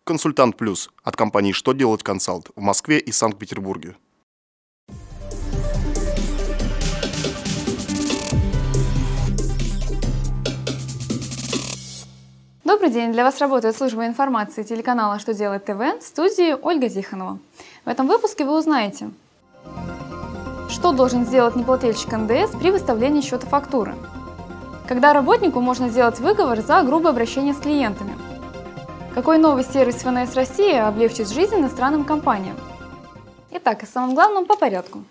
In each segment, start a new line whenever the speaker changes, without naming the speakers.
Консультант Плюс от компании «Что делать консалт» в Москве и Санкт-Петербурге.
Добрый день! Для вас работает служба информации телеканала «Что делать ТВ», в студии Ольга Тихонова. В этом выпуске вы узнаете, что должен сделать неплательщик НДС при выставлении счета фактуры, когда работнику можно сделать выговор за грубое обращение с клиентами, какой новый сервис ФНС России облегчит жизнь иностранным компаниям. Итак, о самом главном по порядку.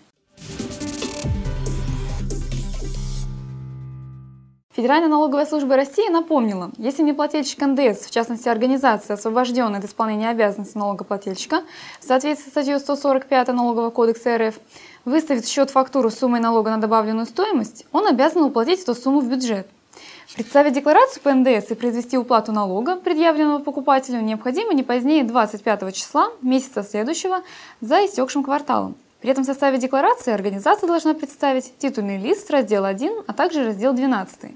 Федеральная налоговая служба России напомнила, если неплательщик НДС, в частности организация, освобожденная от исполнения обязанностей налогоплательщика, в соответствии с статьей 145 Налогового кодекса РФ, выставит счет-фактуру с суммой налога на добавленную стоимость, он обязан уплатить эту сумму в бюджет. Представить декларацию по НДС и произвести уплату налога, предъявленного покупателю, необходимо не позднее 25 числа месяца следующего за истекшим кварталом. При этом в составе декларации организация должна представить титульный лист, раздел 1, а также раздел 12.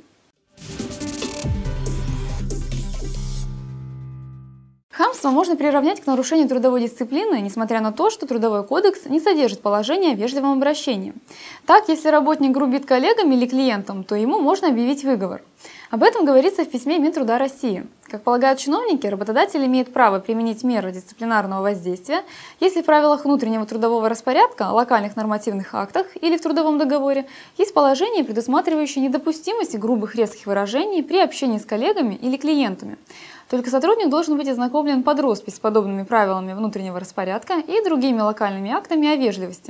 Хамство можно приравнять к нарушению трудовой дисциплины, несмотря на то, что Трудовой кодекс не содержит положения о вежливом обращении. Так, если работник грубит коллегам или клиентам, то ему можно объявить выговор. Об этом говорится в письме Минтруда России. Как полагают чиновники, работодатель имеет право применить меры дисциплинарного воздействия, если в правилах внутреннего трудового распорядка, локальных нормативных актах или в трудовом договоре есть положение, предусматривающее недопустимость грубых резких выражений при общении с коллегами или клиентами. Только сотрудник должен быть ознакомлен под роспись с подобными правилами внутреннего распорядка и другими локальными актами о вежливости.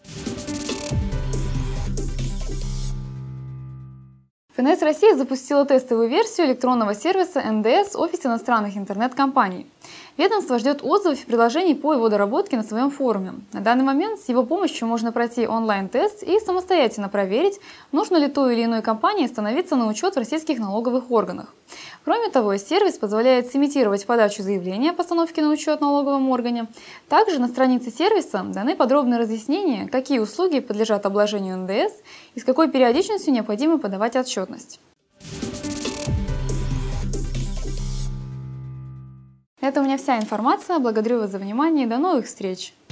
ФНС России запустила тестовую версию электронного сервиса НДС «Офис иностранных интернет-компаний». Ведомство ждет отзывов и предложений по его доработке на своем форуме. На данный момент с его помощью можно пройти онлайн-тест и самостоятельно проверить, нужно ли той или иной компании становиться на учет в российских налоговых органах. Кроме того, сервис позволяет сымитировать подачу заявления о постановке на учет в налоговом органе. Также на странице сервиса даны подробные разъяснения, какие услуги подлежат обложению НДС и с какой периодичностью необходимо подавать отчетность. Это у меня вся информация. Благодарю вас за внимание и до новых встреч!